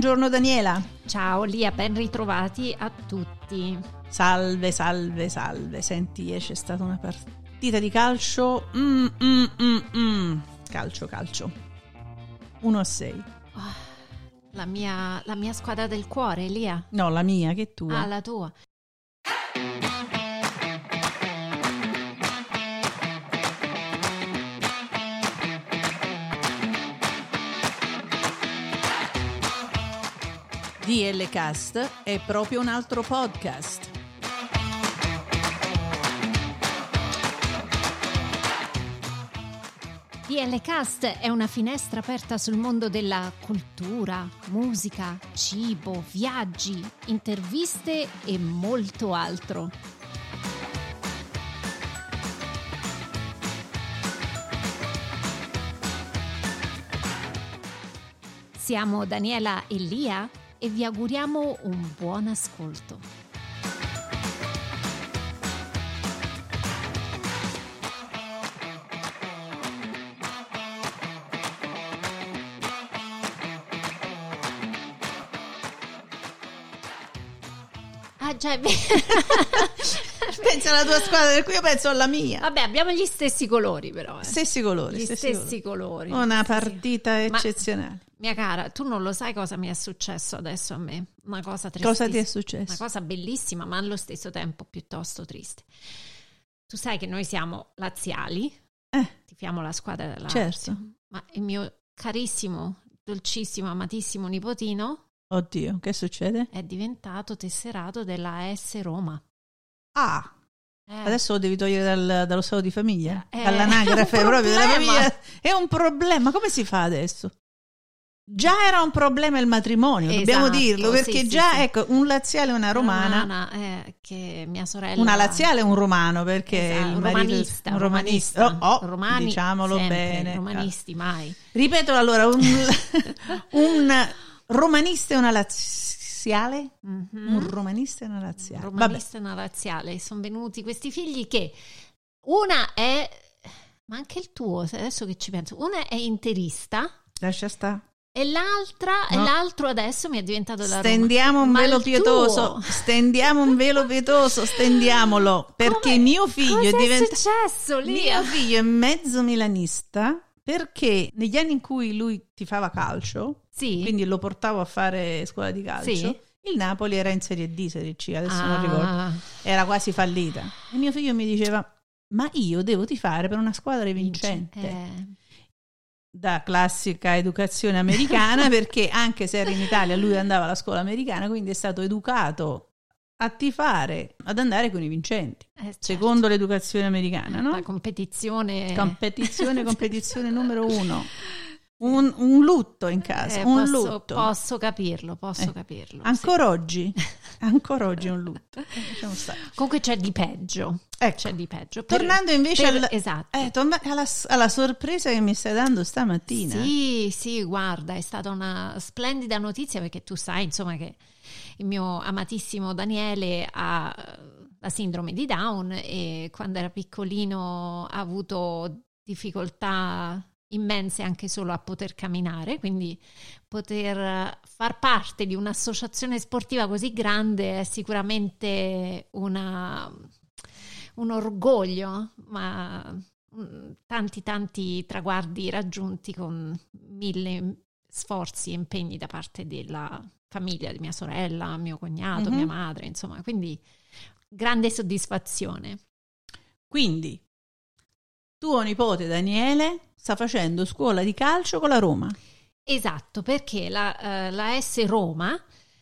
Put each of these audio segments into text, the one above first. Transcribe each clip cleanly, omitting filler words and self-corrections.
buongiorno Daniela. Ciao Lia, ben ritrovati a tutti. Salve. Senti, c'è stata una partita di calcio. Calcio. 1-6. Oh, la mia squadra del cuore, Lia. No, la mia, che tua. Ah, la tua. DL Cast è proprio un altro podcast. DL Cast è una finestra aperta sul mondo della cultura, musica, cibo, viaggi, interviste e molto altro. Siamo Daniela e Lia e vi auguriamo un buon ascolto. Ah già, Pensa alla tua squadra, per cui io penso alla mia. vabbè, abbiamo gli stessi colori però. Stessi colori. Gli stessi colori. Una Sì. partita eccezionale. Mia cara, tu non lo sai cosa mi è successo adesso a me? Una cosa tristissima. Cosa ti è successo? Una cosa bellissima, ma allo stesso tempo piuttosto triste. Tu sai che noi siamo laziali, tifiamo la squadra della Lazio, Certo. ma il mio carissimo, dolcissimo, amatissimo nipotino Oddio, che succede? è diventato tesserato della AS Roma. Ah, Eh, adesso lo devi togliere dallo stato di famiglia? è Dall'anagrafe un proprio della problema. famiglia. È un problema, come si fa adesso? Già era un problema il matrimonio, dobbiamo Esatto, dirlo, perché sì, già, sì. ecco, un laziale e una romana. che mia sorella... Una laziale e un romano, perché Esatto, il marito romanista, romanista. Romani, diciamolo sempre, bene. romanisti mai. Ripeto allora, un romanista e una laziale? Un romanista e una laziale. Romanista e una laziale. Sono venuti questi figli che una è, ma anche il tuo, adesso che ci penso, una è interista Lascia stare. e l'altra e No. l'altro adesso mi è diventato da Roma. Stendiamo un Ma velo il pietoso, tuo? stendiamo un velo pietoso, stendiamolo, perché Come? mio figlio è Cos'è diventato... successo lì? Mio figlio è mezzo milanista, perché negli anni in cui lui tifava calcio, Sì. quindi lo portavo a fare scuola di calcio, Sì. il Napoli era in Serie D, Serie C, adesso non Ah. ricordo, era quasi fallita. E mio figlio mi diceva, ma io devo tifare per una squadra vincente. Da classica educazione americana, perché anche se era in Italia lui andava alla scuola americana, quindi è stato educato a tifare, ad andare con i vincenti, Certo. secondo l'educazione americana, no? La competizione. Competizione numero 1. Un lutto in casa, un lutto. Posso capirlo. Ancora oggi è un lutto. Lasciamo stare. Comunque c'è di peggio. Ecco. C'è di peggio. Tornando invece esatto. alla sorpresa che mi stai dando stamattina. Sì, guarda, è stata una splendida notizia, perché tu sai, insomma, che il mio amatissimo Daniele ha la sindrome di Down e quando era piccolino ha avuto difficoltà immense anche solo a poter camminare, quindi poter far parte di un'associazione sportiva così grande è sicuramente un orgoglio, ma tanti traguardi raggiunti con 1000 sforzi e impegni da parte della famiglia di mia sorella, mio cognato, mia madre, insomma, quindi grande soddisfazione. Quindi tuo nipote Daniele sta facendo scuola di calcio con la Roma. Esatto, perché la AS Roma,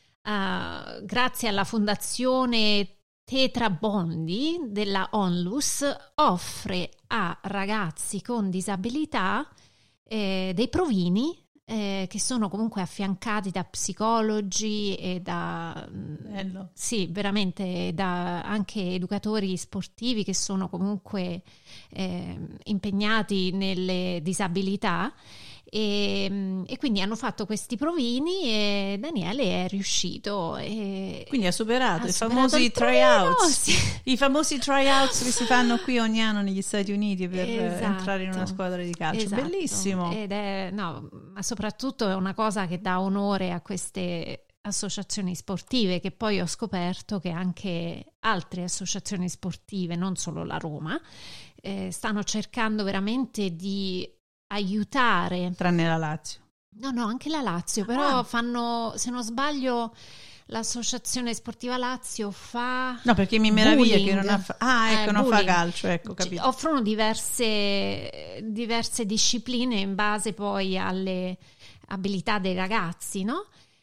grazie alla fondazione Tetra Bondi della Onlus, offre a ragazzi con disabilità dei provini che sono comunque affiancati da psicologi e da Bello. sì, veramente da anche educatori sportivi che sono comunque impegnati nelle disabilità, e quindi hanno fatto questi provini e Daniele è riuscito quindi ha superato i famosi tryouts, i famosi tryouts che si fanno qui ogni anno negli Stati Uniti per entrare in una squadra di calcio. Bellissimo. Ed è, no, ma soprattutto è una cosa che dà onore a queste associazioni sportive, che poi ho scoperto che anche altre associazioni sportive, non solo la Roma, stanno cercando veramente di aiutare. Tranne la Lazio. No, anche la Lazio, però fanno, se non sbaglio, l'associazione sportiva Lazio fa... No, perché mi meraviglia bullying. che non ha non fa calcio, ecco, capito. Offrono diverse discipline in base poi alle abilità dei ragazzi, no?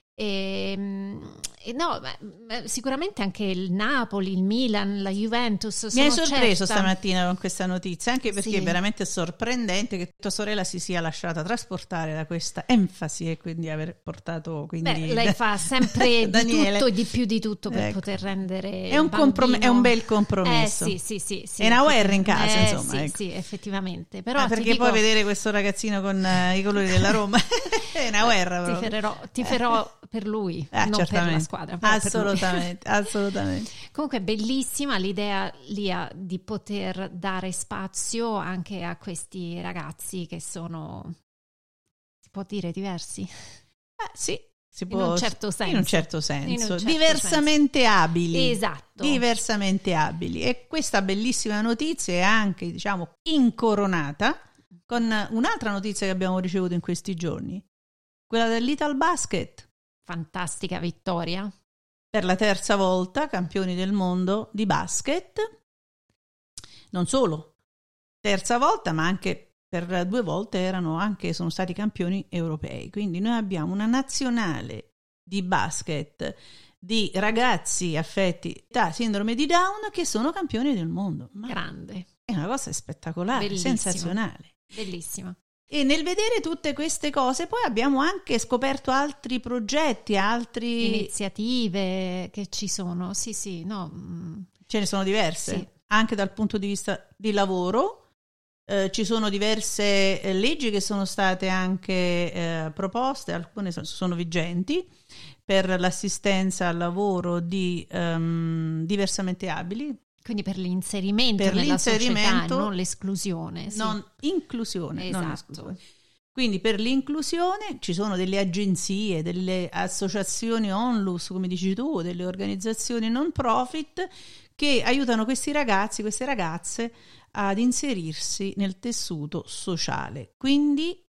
No, sicuramente anche il Napoli, il Milan, la Juventus. Mi hai sorpreso stamattina con questa notizia, anche perché è veramente sorprendente che tua sorella si sia lasciata trasportare da questa enfasi e quindi aver portato. Lei fa sempre di tutto e di più di tutto per poter rendere è un bel compromesso. Sì. È una guerra in casa, insomma. Sì, effettivamente. Però perché poi vedere questo ragazzino con i colori della Roma è una guerra. Tiferò per lui, non certamente. per la squadra. Assolutamente. Comunque è bellissima l'idea, Lia, di poter dare spazio anche a questi ragazzi che sono, si può dire, diversi? Sì, si può, in un certo senso. Diversamente abili. Esatto. Diversamente abili. E questa bellissima notizia è anche, diciamo, incoronata con un'altra notizia che abbiamo ricevuto in questi giorni, quella dell'Italbasket. Fantastica vittoria. Per la terza volta campioni del mondo di basket. Non solo, terza volta, ma anche per 2 volte sono stati campioni europei. Quindi noi abbiamo una nazionale di basket di ragazzi affetti da sindrome di Down che sono campioni del mondo. Grande. È una cosa spettacolare, bellissima, sensazionale. Bellissima. E nel vedere tutte queste cose poi abbiamo anche scoperto altri progetti, iniziative che ci sono. Sì, ce ne sono diverse, anche dal punto di vista di lavoro. Ci sono diverse leggi che sono state anche proposte, alcune sono vigenti, per l'assistenza al lavoro di diversamente abili. Quindi per l'inserimento nella società, non l'esclusione. Inclusione. Esatto. Non esclusione. Quindi per l'inclusione ci sono delle agenzie, delle associazioni onlus, come dici tu, delle organizzazioni non profit che aiutano questi ragazzi, queste ragazze ad inserirsi nel tessuto sociale. Quindi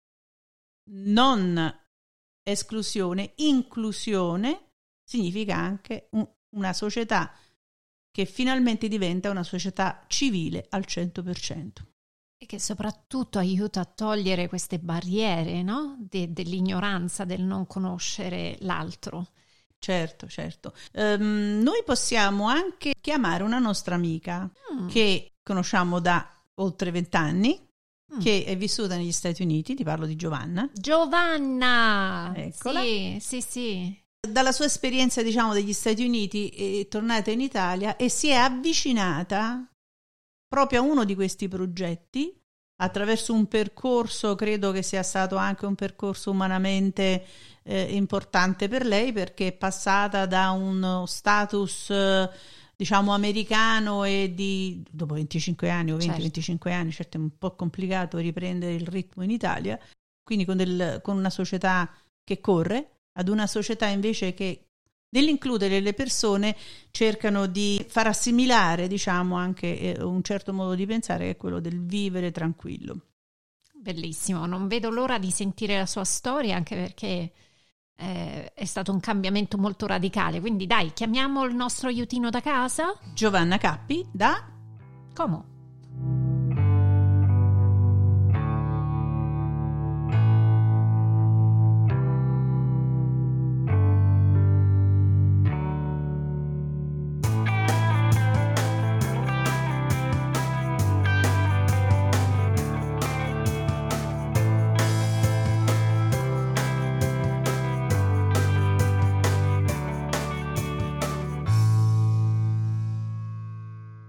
non esclusione, inclusione significa anche una società che finalmente diventa una società civile al 100%. E che soprattutto aiuta a togliere queste barriere, no? Dell'ignoranza, del non conoscere l'altro. Certo. Noi possiamo anche chiamare una nostra amica che conosciamo da oltre 20 anni, che è vissuta negli Stati Uniti, ti parlo di Giovanna. Eccola. Sì. Dalla sua esperienza, diciamo, degli Stati Uniti è tornata in Italia e si è avvicinata proprio a uno di questi progetti attraverso un percorso, credo che sia stato anche un percorso umanamente importante per lei, perché è passata da uno status diciamo americano e dopo 25 anni o 20-25 anni, certo è un po' complicato riprendere il ritmo in Italia, quindi con una società che corre, ad una società invece che nell'includere le persone cercano di far assimilare, diciamo, anche un certo modo di pensare, che è quello del vivere tranquillo. Bellissimo, non vedo l'ora di sentire la sua storia, anche perché è stato un cambiamento molto radicale. Quindi dai, chiamiamo il nostro aiutino da casa. Giovanna Cappi da Como.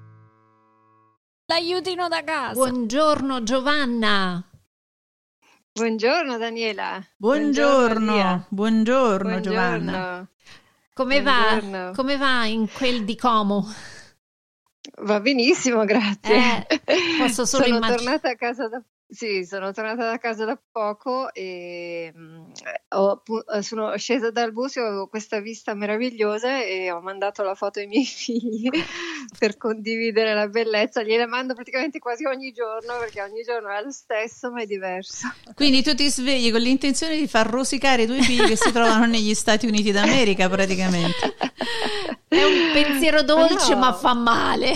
L'aiutino da casa. Buongiorno Giovanna. Buongiorno Daniela. Buongiorno Giovanna. Come va in quel di Como? Va benissimo, grazie. Posso solo immaginare. Sono tornata da casa da poco e sono scesa dal bus e avevo questa vista meravigliosa e ho mandato la foto ai miei figli per condividere la bellezza. Gliela mando praticamente quasi ogni giorno perché ogni giorno è lo stesso ma è diverso. Quindi tu ti svegli con l'intenzione di far rosicare i tuoi figli che si trovano negli Stati Uniti d'America praticamente. È un pensiero dolce ma fa male.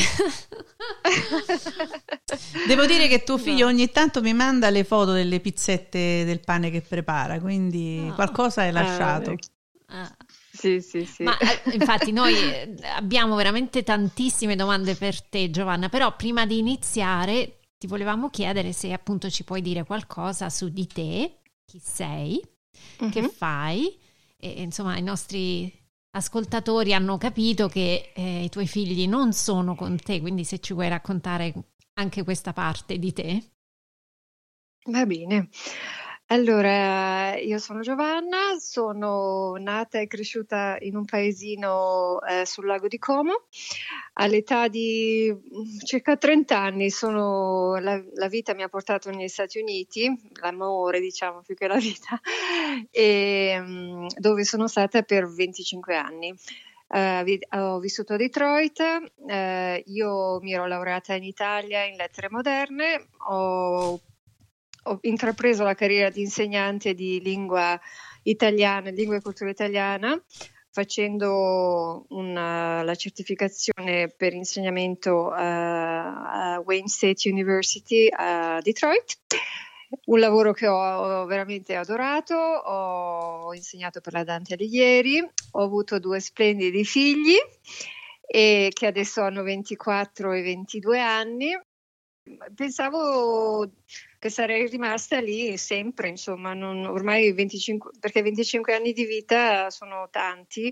Devo dire che tuo figlio ogni tanto mi manda le foto delle pizzette del pane che prepara, quindi qualcosa hai lasciato. Sì. Ma infatti noi abbiamo veramente tantissime domande per te, Giovanna, però prima di iniziare ti volevamo chiedere se appunto ci puoi dire qualcosa su di te, chi sei, che fai, e insomma i nostri ascoltatori hanno capito che i tuoi figli non sono con te, quindi se ci vuoi raccontare anche questa parte di te. Va bene. Allora, io sono Giovanna, sono nata e cresciuta in un paesino sul lago di Como. All'età di circa 30 anni la vita mi ha portato negli Stati Uniti, l'amore diciamo più che la vita, e, dove sono stata per 25 anni. Ho vissuto a Detroit, io mi ero laureata in Italia in lettere moderne, ho intrapreso la carriera di insegnante di lingua italiana, lingua e cultura italiana, facendo la certificazione per insegnamento a Wayne State University a Detroit. Un lavoro che ho veramente adorato, ho insegnato per la Dante Alighieri, ho avuto 2 splendidi figli e che adesso hanno 24 e 22 anni. Pensavo che sarei rimasta lì sempre, insomma, ormai 25, perché 25 anni di vita sono tanti,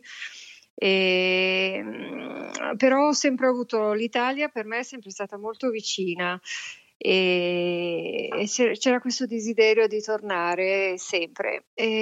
però ho sempre avuto l'Italia, per me è sempre stata molto vicina e c'era questo desiderio di tornare sempre.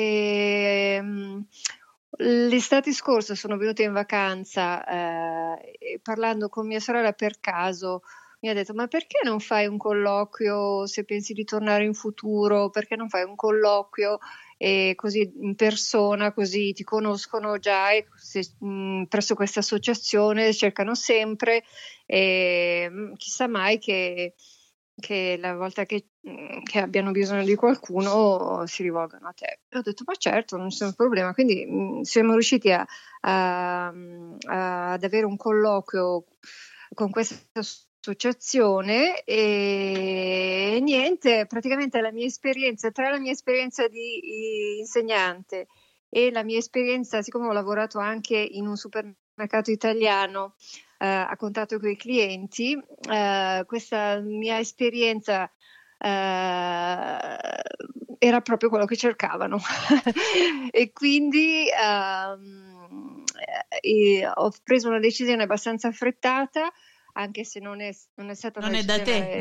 L'estate scorsa sono venuta in vacanza e parlando con mia sorella per caso mi ha detto: ma perché non fai un colloquio se pensi di tornare in futuro? Perché non fai un colloquio così in persona, così ti conoscono già e presso questa associazione cercano sempre e chissà mai che la volta che abbiano bisogno di qualcuno si rivolgano a te. E ho detto: ma certo, non c'è un problema. Quindi siamo riusciti ad avere un colloquio con questa associazione e niente, praticamente tra la mia esperienza di insegnante e la mia esperienza, siccome ho lavorato anche in un supermercato italiano a contatto con i clienti, questa mia esperienza era proprio quello che cercavano e quindi ho preso una decisione abbastanza affrettata, anche se non è stata non è da te.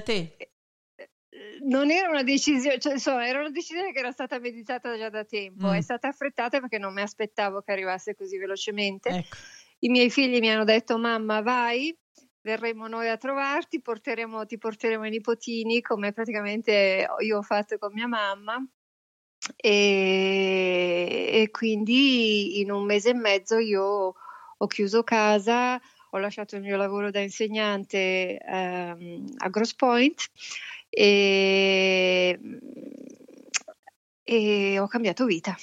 Non era una decisione, cioè, insomma, era una decisione che era stata meditata già da tempo, è stata affrettata perché non mi aspettavo che arrivasse così velocemente. Ecco. I miei figli mi hanno detto: mamma, vai, verremo noi a trovarti, ti porteremo i nipotini, come praticamente io ho fatto con mia mamma. E quindi in un mese e mezzo io ho chiuso casa, ho lasciato il mio lavoro da insegnante a Grosse Pointe e ho cambiato vita.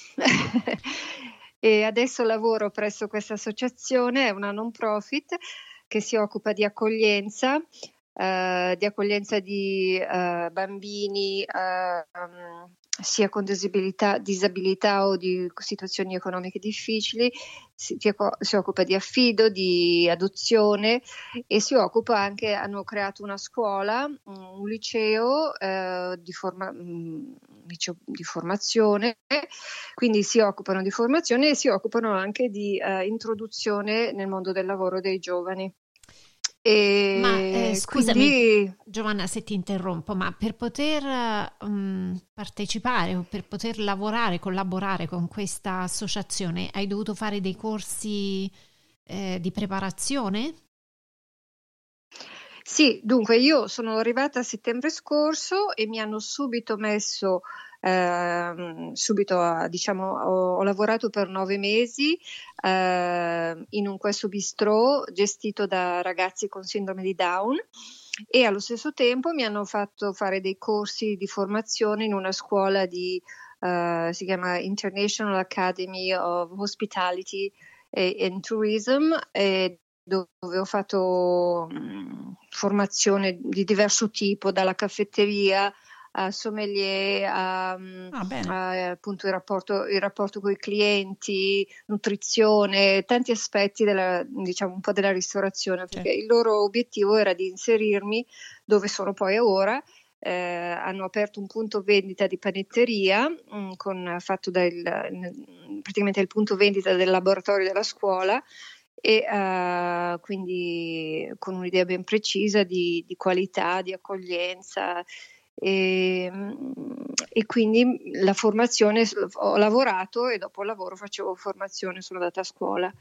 E adesso lavoro presso questa associazione, è una non profit che si occupa di accoglienza di bambini sia con disabilità o di situazioni economiche difficili, si occupa di affido, di adozione e si occupa anche, hanno creato una scuola, un liceo di formazione, quindi si occupano di formazione e si occupano anche di introduzione nel mondo del lavoro dei giovani. Ma scusami, quindi Giovanna, se ti interrompo, ma per poter partecipare o per poter lavorare, collaborare con questa associazione, hai dovuto fare dei corsi di preparazione? sì, dunque io sono arrivata a settembre scorso e mi hanno subito messo, diciamo, ho lavorato per 9 mesi in questo bistrò gestito da ragazzi con sindrome di Down e allo stesso tempo mi hanno fatto fare dei corsi di formazione in una scuola si chiama International Academy of Hospitality and Tourism, dove ho fatto formazione di diverso tipo, dalla caffetteria a sommelier, appunto il rapporto con i clienti, nutrizione, tanti aspetti diciamo un po' della ristorazione, perché il loro obiettivo era di inserirmi dove sono poi ora. Hanno aperto un punto vendita di panetteria fatto praticamente il punto vendita del laboratorio della scuola e quindi con un'idea ben precisa di qualità, di accoglienza e quindi la formazione, ho lavorato e dopo il lavoro facevo formazione, sono andata a scuola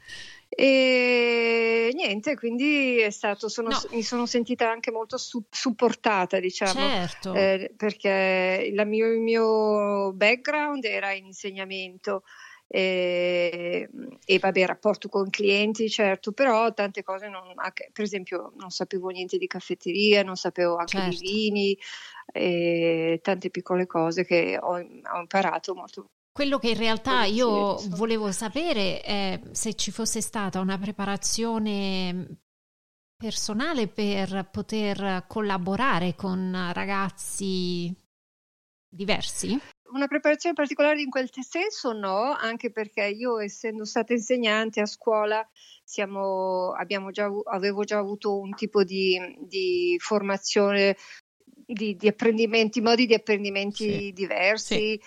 e niente, quindi mi sono sentita anche molto supportata, diciamo, certo. Perché il mio background era in insegnamento e vabbè, rapporto con clienti, certo, però tante cose per esempio non sapevo niente di caffetteria, non sapevo anche di vini e tante piccole cose che ho imparato molto. Quello che in realtà io volevo sapere è se ci fosse stata una preparazione personale per poter collaborare con ragazzi diversi. Una preparazione particolare in quel senso no, anche perché io, essendo stata insegnante a scuola, avevo già avuto un tipo di formazione, di apprendimenti, modi di apprendimenti diversi,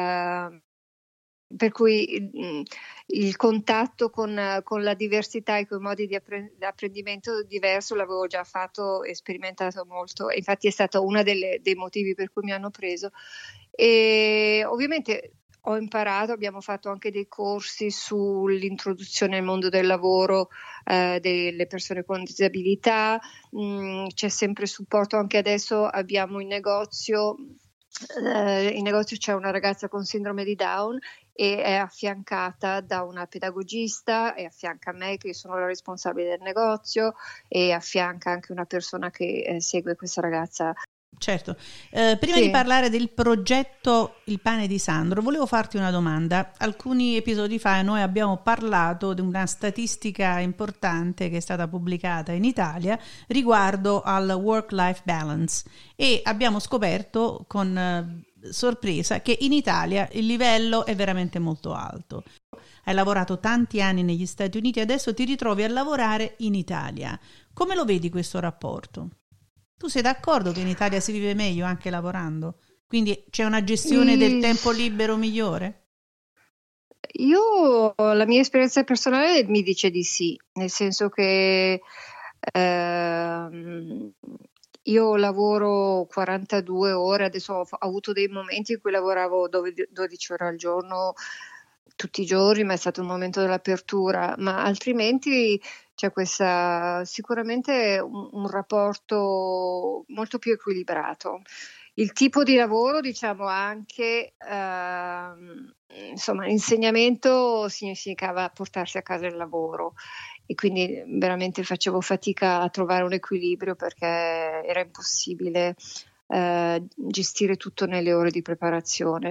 per cui il contatto con la diversità e con i modi di apprendimento diverso l'avevo già fatto e sperimentato molto, e infatti è stato uno dei motivi per cui mi hanno preso. E ovviamente ho imparato, abbiamo fatto anche dei corsi sull'introduzione al mondo del lavoro delle persone con disabilità, c'è sempre supporto, anche adesso abbiamo in negozio c'è una ragazza con sindrome di Down e è affiancata da una pedagogista, e affianca me che sono la responsabile del negozio, e affianca anche una persona che segue questa ragazza. Certo, prima di parlare del progetto Il pane di Sandro, volevo farti una domanda. Alcuni episodi fa noi abbiamo parlato di una statistica importante che è stata pubblicata in Italia riguardo al work-life balance e abbiamo scoperto con sorpresa che in Italia il livello è veramente molto alto. Hai lavorato tanti anni negli Stati Uniti e adesso ti ritrovi a lavorare in Italia. Come lo vedi questo rapporto? Tu sei d'accordo che in Italia si vive meglio anche lavorando? Quindi c'è una gestione del tempo libero migliore? La mia esperienza personale mi dice di sì, nel senso che io lavoro 42 ore, adesso ho avuto dei momenti in cui lavoravo 12 ore al giorno, tutti i giorni, ma è stato il momento dell'apertura, ma altrimenti c'è sicuramente un rapporto molto più equilibrato. Il tipo di lavoro, diciamo anche, insomma, l'insegnamento significava portarsi a casa il lavoro e quindi veramente facevo fatica a trovare un equilibrio perché era impossibile gestire tutto nelle ore di preparazione.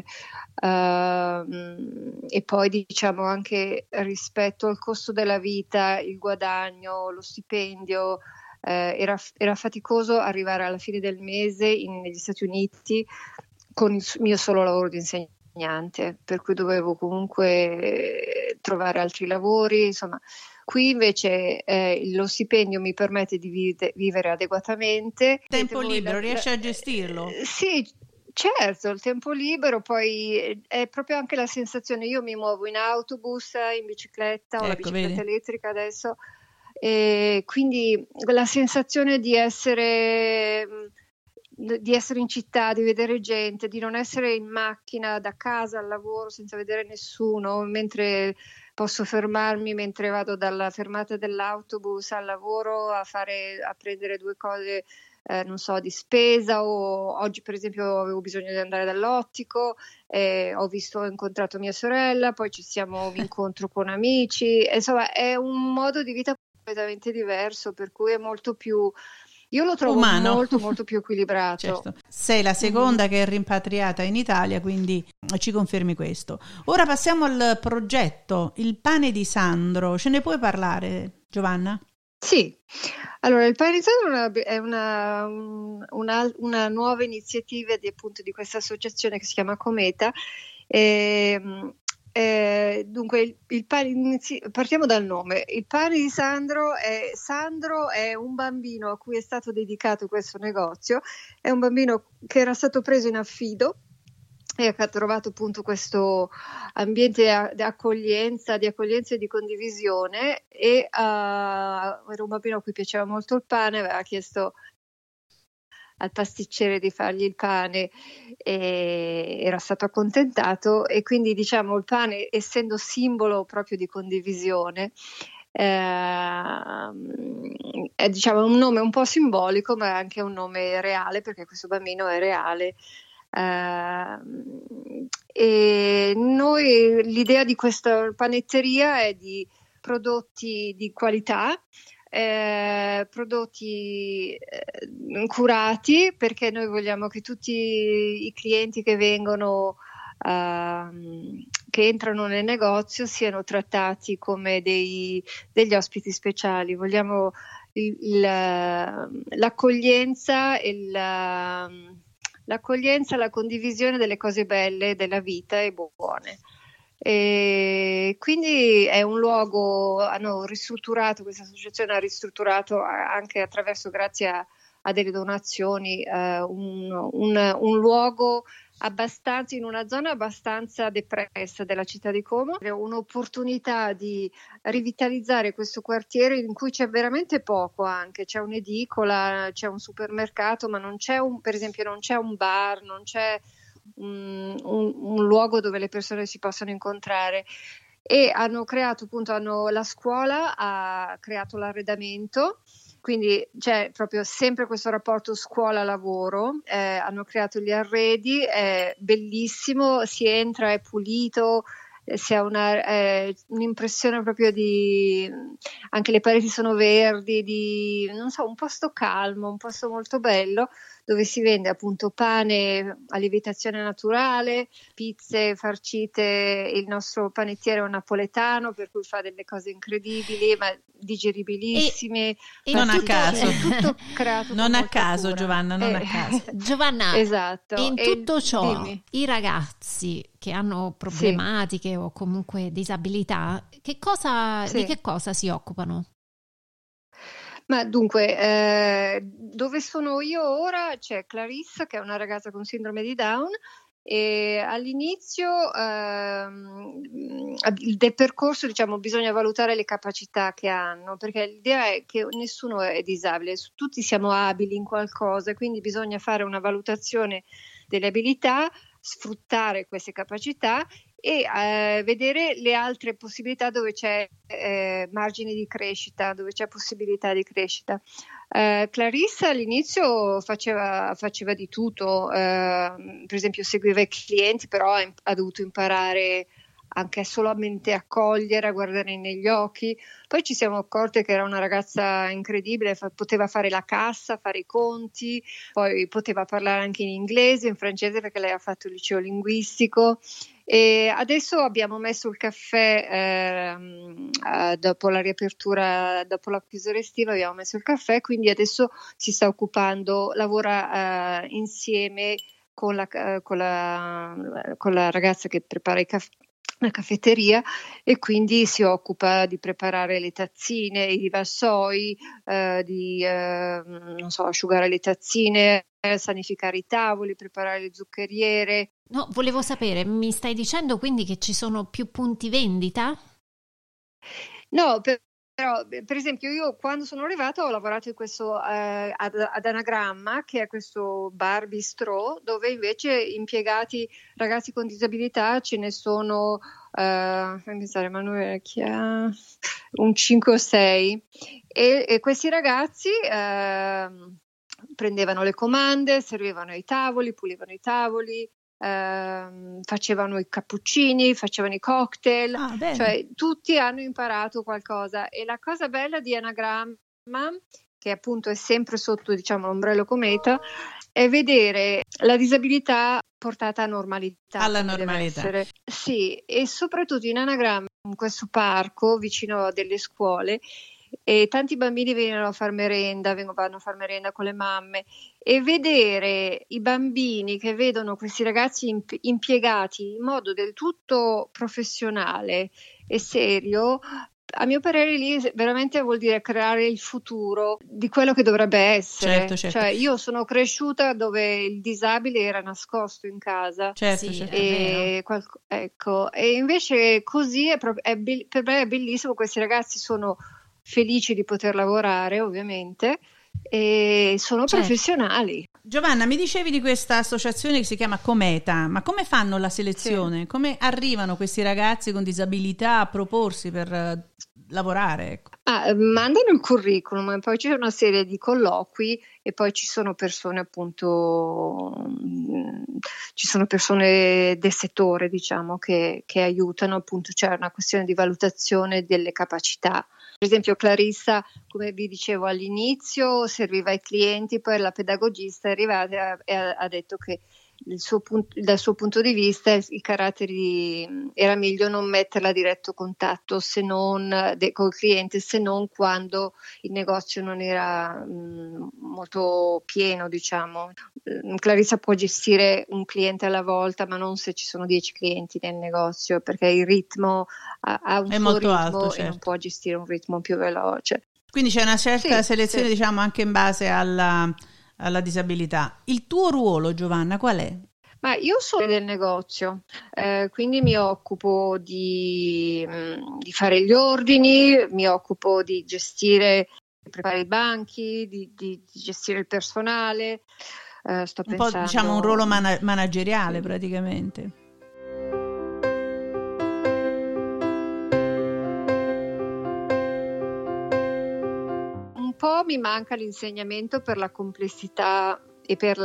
E poi diciamo anche rispetto al costo della vita, il guadagno, lo stipendio, era faticoso arrivare alla fine del mese negli Stati Uniti con il mio solo lavoro di insegnante, per cui dovevo comunque trovare altri lavori, insomma. Qui invece lo stipendio mi permette di vivere adeguatamente. Tempo libero, riesci a gestirlo? Sì, certo, il tempo libero, poi è proprio anche la sensazione, io mi muovo in autobus, in bicicletta, ho la bicicletta elettrica adesso, E quindi la sensazione di essere in città, di vedere gente, di non essere in macchina da casa al lavoro senza vedere nessuno, mentre posso fermarmi mentre vado dalla fermata dell'autobus al lavoro a prendere due cose, non so, di spesa, o oggi per esempio avevo bisogno di andare dall'ottico, ho incontrato mia sorella, poi ci siamo in incontro con amici, insomma è un modo di vita completamente diverso, per cui è molto più, io lo trovo umano. molto molto più equilibrato. Certo. Sei la seconda che è rimpatriata in Italia, quindi ci confermi questo. Ora passiamo al progetto Il pane di Sandro. Ce ne puoi parlare, Giovanna? Sì, allora il pane di Sandro è una nuova iniziativa appunto di questa associazione che si chiama Cometa. Dunque partiamo dal nome. Il pane di Sandro è un bambino a cui è stato dedicato questo negozio, è un bambino che era stato preso in affido e che ha trovato appunto questo ambiente di accoglienza e di condivisione, e era un bambino a cui piaceva molto il pane, aveva chiesto al pasticcere di fargli il pane e era stato accontentato, e quindi diciamo il pane, essendo simbolo proprio di condivisione, è diciamo un nome un po' simbolico ma è anche un nome reale, perché questo bambino è reale. E noi, l'idea di questa panetteria è di prodotti di qualità, prodotti curati, perché noi vogliamo che tutti i clienti che vengono, che entrano nel negozio, siano trattati come degli ospiti speciali. Vogliamo l'accoglienza e la condivisione delle cose belle della vita e buone. E quindi è un luogo, hanno ristrutturato, questa associazione ha ristrutturato anche grazie a delle donazioni, un luogo abbastanza, in una zona abbastanza depressa della città di Como, è un'opportunità di rivitalizzare questo quartiere in cui c'è veramente poco, anche c'è un'edicola, c'è un supermercato, ma per esempio non c'è un bar, non c'è un luogo dove le persone si possano incontrare. E hanno creato appunto, la scuola ha creato l'arredamento, quindi c'è proprio sempre questo rapporto scuola-lavoro, hanno creato gli arredi, è bellissimo, si entra, è pulito, si ha un'impressione proprio anche le pareti sono verdi, non so, un posto calmo, un posto molto bello, dove si vende appunto pane a lievitazione naturale, pizze farcite, il nostro panettiere è un napoletano, per cui fa delle cose incredibili, ma digeribilissime. E non a caso. Tutto creato non a caso, cura. Giovanna, non a caso. Giovanna, esatto. In tutto ciò, dimmi. I ragazzi che hanno problematiche o comunque disabilità, di che cosa si occupano? Ma dunque, dove sono io ora c'è Clarissa, che è una ragazza con sindrome di Down, e all'inizio del percorso, diciamo, bisogna valutare le capacità che hanno, perché l'idea è che nessuno è disabile, tutti siamo abili in qualcosa, quindi bisogna fare una valutazione delle abilità, sfruttare queste capacità e vedere le altre possibilità dove c'è margine di crescita, dove c'è possibilità di crescita. Clarissa all'inizio faceva di tutto, per esempio seguiva i clienti, però ha dovuto imparare anche solamente a cogliere, a guardare negli occhi. Poi ci siamo accorte che era una ragazza incredibile, poteva fare la cassa, fare i conti, poi poteva parlare anche in inglese, in francese, perché lei ha fatto il liceo linguistico. E adesso abbiamo messo il caffè dopo la riapertura, dopo la chiusura estiva abbiamo messo il caffè, quindi adesso si sta occupando, lavora insieme con la ragazza che prepara i caffè, la caffetteria, e quindi si occupa di preparare le tazzine, i vassoi, di non so, asciugare le tazzine, sanificare i tavoli, preparare le zuccheriere. No, volevo sapere, mi stai dicendo quindi che ci sono più punti vendita? No, Però, per esempio, io quando sono arrivata ho lavorato in questo ad Anagramma, che è questo bar bistrò, dove invece impiegati ragazzi con disabilità ce ne sono, fammi pensare, Emanuele, chi è? Un 5 o 6. E questi ragazzi prendevano le comande, servivano i tavoli, pulivano i tavoli, facevano i cappuccini, facevano i cocktail, cioè tutti hanno imparato qualcosa. E la cosa bella di Anagramma, che appunto è sempre sotto, diciamo, l'ombrello Cometa, è vedere la disabilità portata a normalità, alla come normalità. deve essere. Sì, e soprattutto in Anagramma, in questo parco vicino a delle scuole, e tanti bambini vanno a far merenda con le mamme, e vedere i bambini che vedono questi ragazzi impiegati in modo del tutto professionale e serio, a mio parere lì veramente vuol dire creare il futuro di quello che dovrebbe essere. Certo. Cioè, io sono cresciuta dove il disabile era nascosto in casa. Certo. E ecco, e invece così per me è bellissimo. Questi ragazzi sono felici di poter lavorare, ovviamente, e sono professionali. Giovanna, mi dicevi di questa associazione che si chiama Cometa, ma come fanno la selezione? Sì. Come arrivano questi ragazzi con disabilità a proporsi per lavorare? Ecco. Mandano il curriculum e poi c'è una serie di colloqui e poi ci sono persone, appunto, ci sono persone del settore, diciamo, che aiutano, appunto, c'è una questione di valutazione delle capacità. Per esempio Clarissa, come vi dicevo all'inizio, serviva ai clienti, poi la pedagogista è arrivata e ha detto che dal suo punto di vista i caratteri era meglio non metterla a diretto contatto se non col cliente, se non quando il negozio non era molto pieno, diciamo. Clarissa può gestire un cliente alla volta, ma non se ci sono 10 clienti nel negozio, perché il ritmo ha un suo ritmo alto, certo. E non può gestire un ritmo più veloce. Quindi c'è una certa selezione, diciamo, anche in base alla disabilità. Il tuo ruolo, Giovanna, qual è? Ma io sono del negozio, quindi mi occupo di fare gli ordini, mi occupo di gestire, di preparare i banchi, di gestire il personale. Sto un pensando... po', diciamo, un ruolo manageriale praticamente. Un po' mi manca l'insegnamento per la complessità e per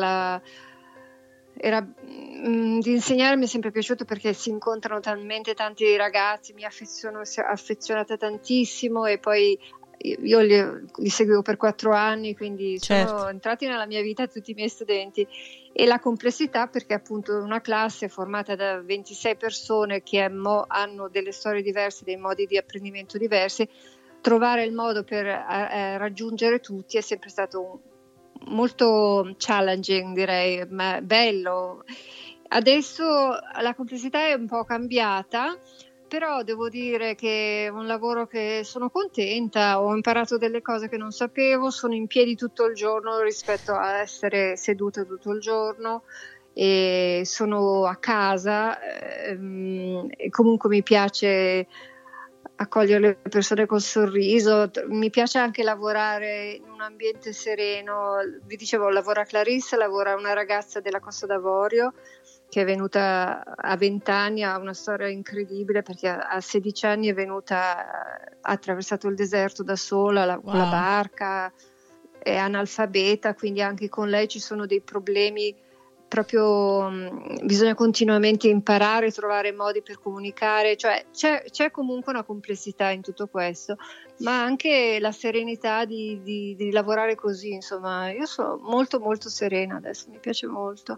di insegnare mi è sempre piaciuto, perché si incontrano talmente tanti ragazzi, mi affezionata tantissimo, e poi io li seguivo per 4 anni, quindi sono entrati nella mia vita tutti i miei studenti. E la complessità, perché appunto una classe formata da 26 persone che hanno delle storie diverse, dei modi di apprendimento diversi, trovare il modo per raggiungere tutti è sempre stato molto challenging, direi, ma bello. Adesso la complessità è un po' cambiata, però devo dire che è un lavoro che sono contenta, ho imparato delle cose che non sapevo, sono in piedi tutto il giorno rispetto a essere seduta tutto il giorno, e sono a casa, e comunque mi piace accogliere le persone col sorriso, mi piace anche lavorare in un ambiente sereno. Vi dicevo, lavora Clarissa, lavora una ragazza della Costa d'Avorio che è venuta a 20 anni, ha una storia incredibile, perché a 16 anni è venuta, ha attraversato il deserto da sola con la barca, è analfabeta, quindi anche con lei ci sono dei problemi. Proprio bisogna continuamente imparare, trovare modi per comunicare, cioè c'è comunque una complessità in tutto questo, ma anche la serenità di lavorare così, insomma. Io sono molto molto serena adesso, mi piace molto.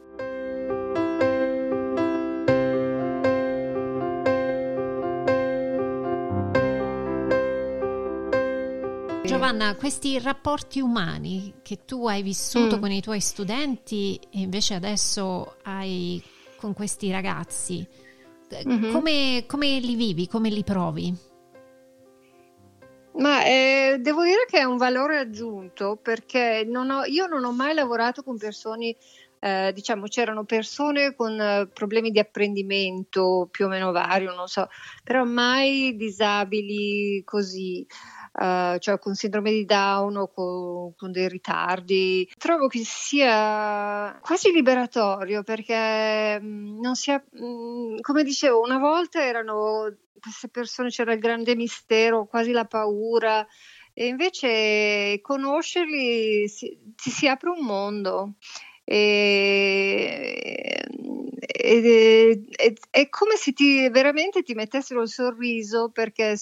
Giovanna, questi rapporti umani che tu hai vissuto con i tuoi studenti e invece adesso hai con questi ragazzi, come li vivi, come li provi? Ma devo dire che è un valore aggiunto, perché io non ho mai lavorato con persone, diciamo, c'erano persone con problemi di apprendimento più o meno vario, non so, però mai disabili così. cioè con sindrome di Down o con dei ritardi. Trovo che sia quasi liberatorio, perché non si ha, come dicevo, una volta erano queste persone, c'era il grande mistero, quasi la paura, e invece conoscerli ti si apre un mondo. È come se veramente ti mettessero il sorriso, perché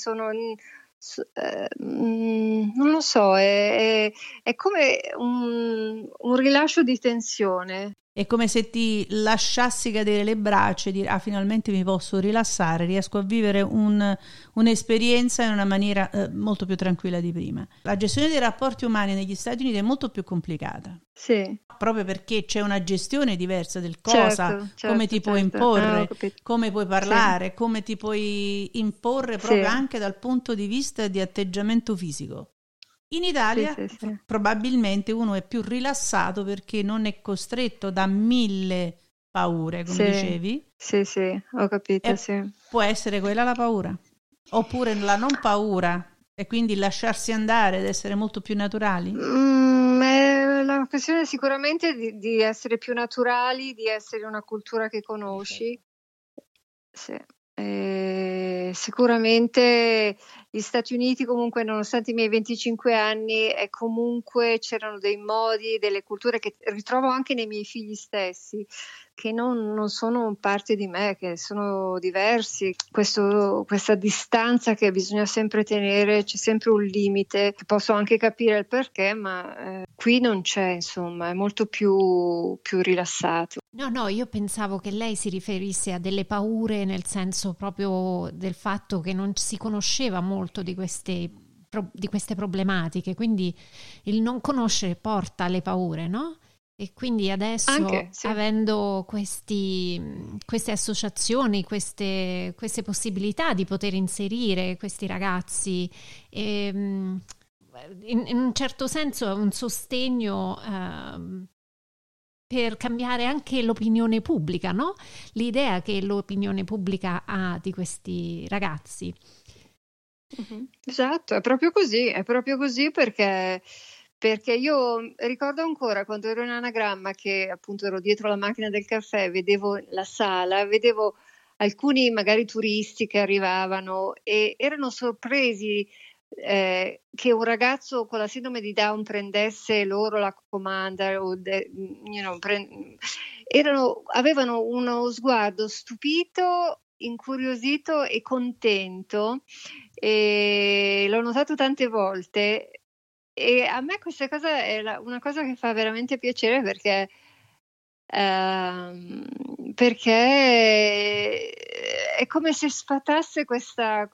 non lo so, è come un rilascio di tensione. È come se ti lasciassi cadere le braccia e dire: ah, finalmente mi posso rilassare, riesco a vivere un'esperienza in una maniera molto più tranquilla di prima. La gestione dei rapporti umani negli Stati Uniti è molto più complicata. Sì. Proprio perché c'è una gestione diversa del cosa, certo, come ti puoi certo. imporre, come puoi parlare, Sì. come ti puoi imporre proprio Sì. anche dal punto di vista di atteggiamento fisico. In Italia Sì. probabilmente uno è più rilassato perché non è costretto da 1000 paure, come dicevi. Sì, ho capito, sì. Può essere quella la paura, oppure la non paura e quindi lasciarsi andare ed essere molto più naturali? È la questione sicuramente di essere più naturali, di essere una cultura che conosci. Sì. Sicuramente gli Stati Uniti, comunque, nonostante i miei 25 anni, comunque c'erano dei modi, delle culture che ritrovo anche nei miei figli stessi, che non sono parte di me, che sono diversi. Questa distanza che bisogna sempre tenere, c'è sempre un limite, che posso anche capire il perché, ma qui non c'è, insomma, è molto più rilassato. No, io pensavo che lei si riferisse a delle paure, nel senso proprio del fatto che non si conosceva molto di queste problematiche, quindi il non conoscere porta alle paure, no? E quindi adesso, Anche, sì. avendo queste associazioni, queste possibilità di poter inserire questi ragazzi, in un certo senso è un sostegno per cambiare anche l'opinione pubblica, no? L'idea che l'opinione pubblica ha di questi ragazzi. Esatto, è proprio così perché io ricordo ancora quando ero in anagramma, che appunto ero dietro la macchina del caffè, vedevo la sala, vedevo alcuni magari turisti che arrivavano e erano sorpresi che un ragazzo con la sindrome di Down prendesse loro la comanda, avevano uno sguardo stupito, incuriosito e contento, e l'ho notato tante volte, e a me questa cosa è una cosa che fa veramente piacere, perché è come se sfatasse questa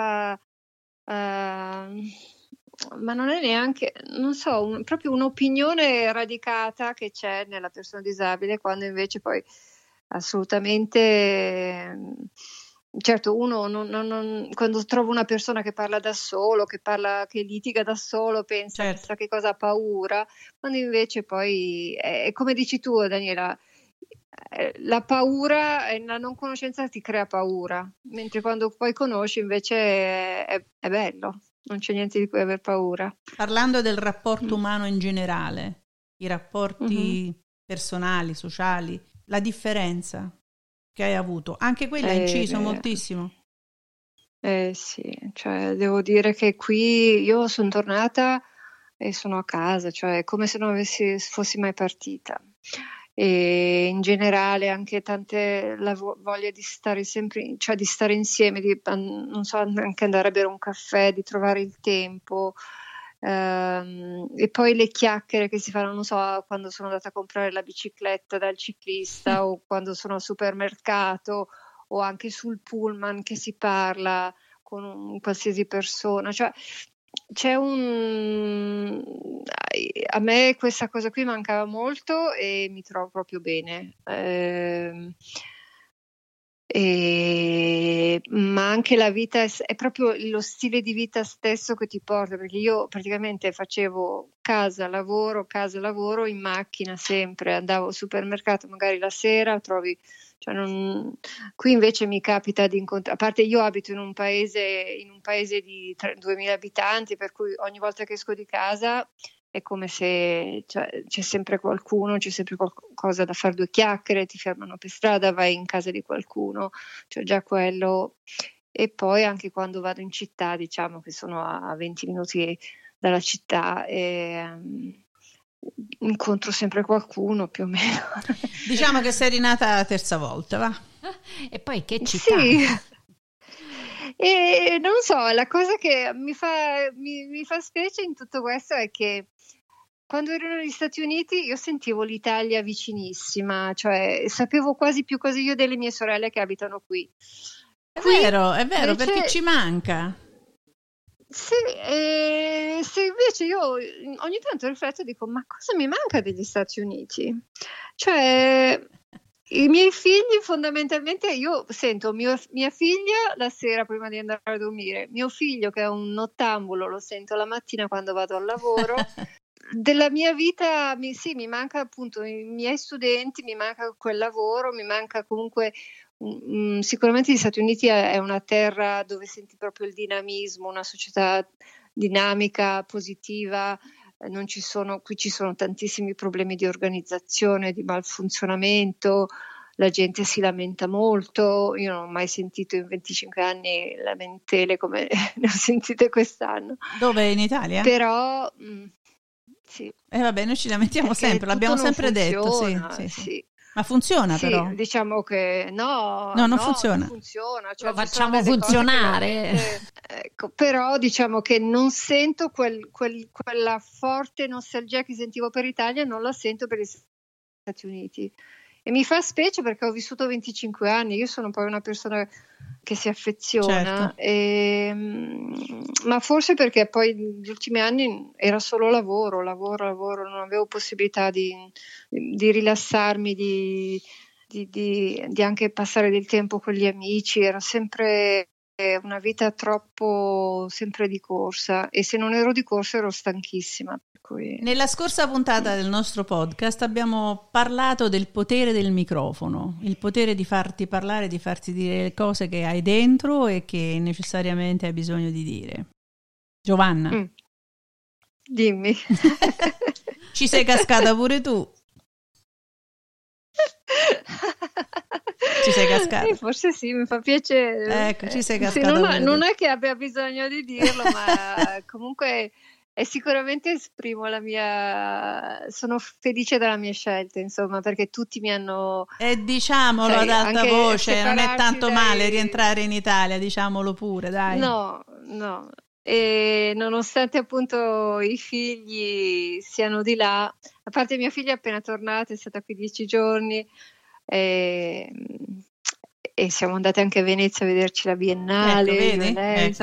ma non è neanche, non so, proprio un'opinione radicata che c'è nella persona disabile, quando invece poi assolutamente, certo, uno quando trova una persona che parla da solo, che litiga da solo, pensa chissà che cosa ha paura, quando invece poi è come dici tu, Daniela, la paura e la non conoscenza ti crea paura, mentre quando poi conosci invece è bello, non c'è niente di cui aver paura. Parlando del rapporto umano in generale, i rapporti personali, sociali, la differenza che hai avuto, anche quella ha inciso moltissimo. Sì, cioè devo dire che qui io sono tornata e sono a casa, cioè è come se non fossi mai partita. E in generale anche la voglia di stare sempre, cioè di stare insieme, non so, anche andare a bere un caffè, di trovare il tempo, e poi le chiacchiere che si fanno, non so, quando sono andata a comprare la bicicletta dal ciclista o quando sono al supermercato o anche sul pullman, che si parla con qualsiasi persona, cioè a me questa cosa qui mancava molto e mi trovo proprio bene. ma anche la vita è proprio lo stile di vita stesso che ti porta, perché io praticamente facevo casa lavoro in macchina sempre, andavo al supermercato magari la sera, trovi, cioè qui invece mi capita di incontrare, a parte io abito in un paese di 2000 abitanti, per cui ogni volta che esco di casa è come se c'è sempre qualcuno, c'è sempre qualcosa da fare, due chiacchiere, ti fermano per strada, vai in casa di qualcuno, cioè già quello. E poi anche quando vado in città, diciamo che sono a 20 minuti dalla città, incontro sempre qualcuno più o meno. Diciamo che sei rinata la terza volta, va? E poi che città? Sì. E non so, la cosa che mi fa specie in tutto questo è che quando ero negli Stati Uniti io sentivo l'Italia vicinissima, cioè sapevo quasi più cose io delle mie sorelle che abitano qui. È vero, invece, perché ci manca. Sì, se invece io ogni tanto rifletto e dico, ma cosa mi manca degli Stati Uniti? Cioè, i miei figli fondamentalmente, io sento mia figlia la sera prima di andare a dormire, mio figlio che è un nottambulo lo sento la mattina quando vado al lavoro. Della mia vita mi manca appunto i miei studenti, mi manca quel lavoro, mi manca comunque sicuramente gli Stati Uniti è una terra dove senti proprio il dinamismo, una società dinamica, positiva. Qui ci sono tantissimi problemi di organizzazione, di malfunzionamento, la gente si lamenta molto, io non ho mai sentito in 25 anni lamentele come ne ho sentite quest'anno. Dove? In Italia? Però sì. Vabbè, noi ci lamentiamo sempre, l'abbiamo sempre detto, sì. Ma funziona però? Diciamo che no, non funziona. Non funziona, cioè, lo facciamo funzionare. Ecco, però diciamo che non sento quella forte nostalgia che sentivo per l'Italia, non la sento per gli Stati Uniti. E mi fa specie perché ho vissuto 25 anni, io sono poi una persona che si affeziona, certo. Ma forse perché poi negli ultimi anni era solo lavoro, non avevo possibilità di rilassarmi, di anche passare del tempo con gli amici, era sempre una vita troppo sempre di corsa, e se non ero di corsa ero stanchissima. Nella scorsa puntata del nostro podcast abbiamo parlato del potere del microfono, il potere di farti parlare, di farti dire le cose che hai dentro e che necessariamente hai bisogno di dire. Giovanna. Dimmi. Ci sei cascata pure tu. Ci sei cascata? Forse sì, mi fa piacere. Ecco, ci sei cascata. Sì, non è che abbia bisogno di dirlo, ma comunque sicuramente esprimo sono felice della mia scelta, insomma, perché tutti mi hanno... E diciamolo ad alta voce, non è tanto male rientrare in Italia, diciamolo pure, dai. No. E nonostante appunto i figli siano di là, a parte mia figlia è appena tornata, è stata qui 10 giorni, e siamo andate anche a Venezia a vederci la Biennale. Ecco, vedi? Lei,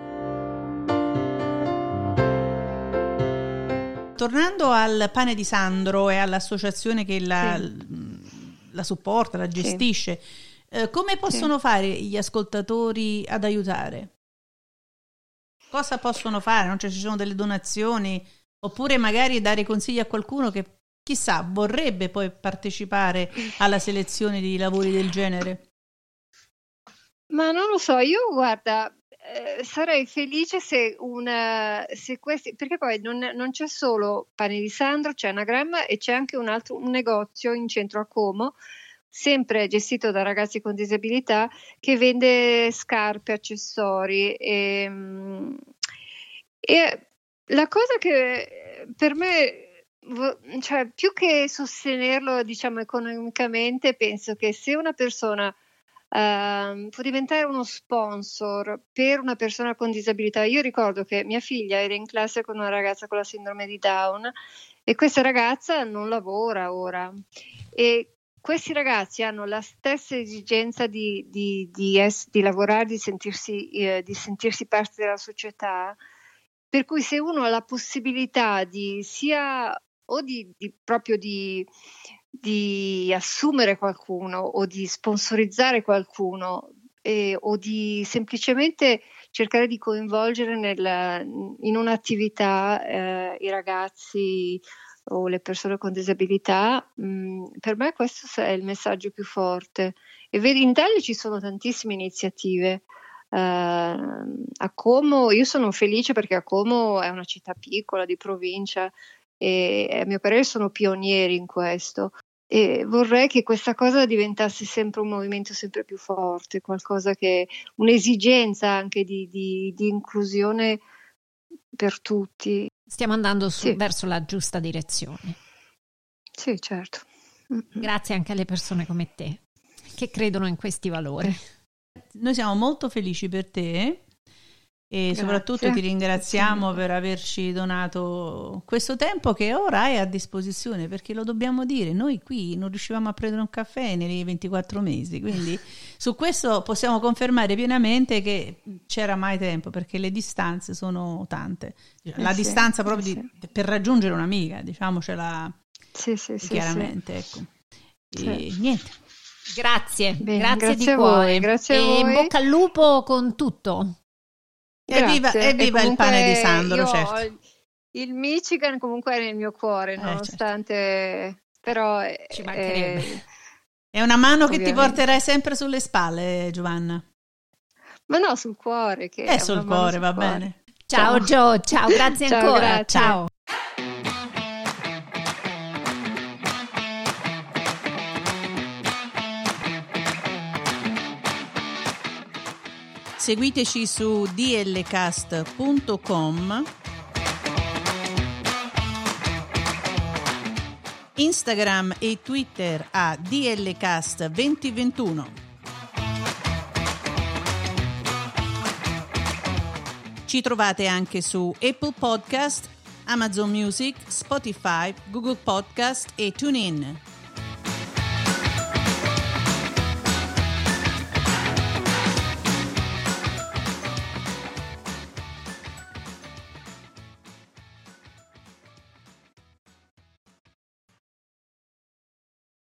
Tornando al Pane di Sandro e all'associazione che la supporta, la gestisce, come possono fare gli ascoltatori ad aiutare? Cosa possono fare? Non ci sono delle donazioni? Oppure magari dare consigli a qualcuno che, chissà, vorrebbe poi partecipare alla selezione di lavori del genere? Ma non lo so, io guarda... sarei felice se questi, perché poi non c'è solo Pane di Sandro, c'è Anagramma e c'è anche un negozio in centro a Como, sempre gestito da ragazzi con disabilità, che vende scarpe, accessori, e la cosa che per me, cioè, più che sostenerlo, diciamo, economicamente, penso che se una persona può diventare uno sponsor per una persona con disabilità. Io ricordo che mia figlia era in classe con una ragazza con la sindrome di Down e questa ragazza non lavora ora, e questi ragazzi hanno la stessa esigenza di lavorare, di sentirsi parte della società, per cui se uno ha la possibilità di sia o proprio di assumere qualcuno o di sponsorizzare qualcuno o di semplicemente cercare di coinvolgere in un'attività i ragazzi o le persone con disabilità. Per me questo è il messaggio più forte. E vedi, in Italia ci sono tantissime iniziative. A Como, io sono felice perché a Como è una città piccola di provincia e a mio parere sono pionieri in questo, e vorrei che questa cosa diventasse sempre un movimento sempre più forte, un'esigenza anche di inclusione per tutti. Stiamo andando verso la giusta direzione. Sì, certo. Grazie anche alle persone come te che credono in questi valori. Noi siamo molto felici per te e soprattutto ti ringraziamo per averci donato questo tempo che ora hai a disposizione, perché lo dobbiamo dire, noi qui non riuscivamo a prendere un caffè nei 24 mesi, quindi su questo possiamo confermare pienamente che c'era mai tempo, perché le distanze sono tante, la distanza proprio per raggiungere un'amica, diciamocela chiaramente, ecco. E niente. Grazie, bene, grazie di cuore. Grazie a voi. In bocca al lupo con tutto. Evviva il pane di Sandro, certo. Il Michigan comunque è nel mio cuore, nonostante, certo. Però ci mancherebbe. È una mano che ti porterai sempre sulle spalle, Giovanna. Ma no, sul cuore. Che è sul cuore, va bene. Ciao Gio, ciao, grazie ciao, ancora. Grazie. Ciao. Seguiteci su dlcast.com, Instagram e Twitter a dlcast2021. Ci trovate anche su Apple Podcast, Amazon Music, Spotify, Google Podcast e TuneIn.